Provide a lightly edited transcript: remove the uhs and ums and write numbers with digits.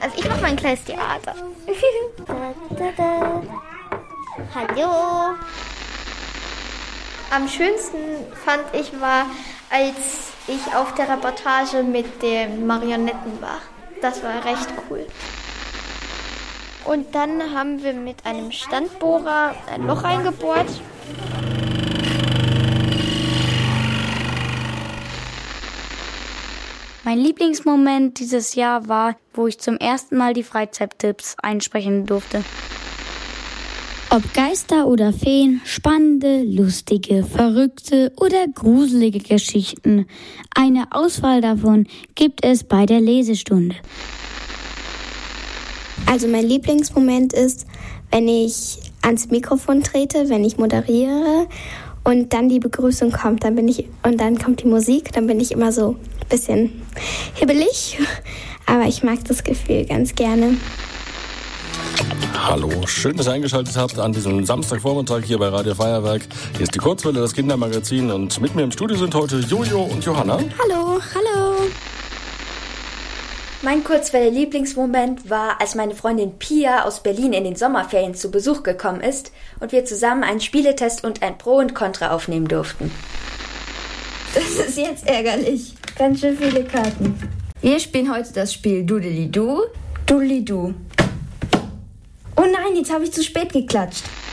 Also ich mache mal ein kleines Theater. Hallo. Am schönsten fand ich war, als ich auf der Reportage mit den Marionetten war. Das war recht cool. Und dann haben wir mit einem Standbohrer ein Loch eingebohrt. Mein Lieblingsmoment dieses Jahr war, wo ich zum ersten Mal die Freizeittipps einsprechen durfte. Ob Geister oder Feen, spannende, lustige, verrückte oder gruselige Geschichten. Eine Auswahl davon gibt es bei der Lesestunde. Also mein Lieblingsmoment ist, wenn ich ans Mikrofon trete, wenn ich moderiere und dann die Begrüßung kommt, und dann kommt die Musik, dann bin ich immer so ein bisschen hibbelig, aber ich mag das Gefühl ganz gerne. Hallo, schön, dass ihr eingeschaltet habt an diesem Samstagvormittag hier bei Radio Feuerwerk. Hier ist die Kurzwelle, das Kindermagazin, und mit mir im Studio sind heute Jojo und Johanna. Hallo, hallo. Mein Kurzwelle-Lieblingsmoment war, als meine Freundin Pia aus Berlin in den Sommerferien zu Besuch gekommen ist und wir zusammen einen Spieletest und ein Pro und Contra aufnehmen durften. Das ist jetzt ärgerlich. Ganz schön viele Karten. Wir spielen heute das Spiel Dudeli-Du, Dudeli-Du. Oh nein, jetzt habe ich zu spät geklatscht.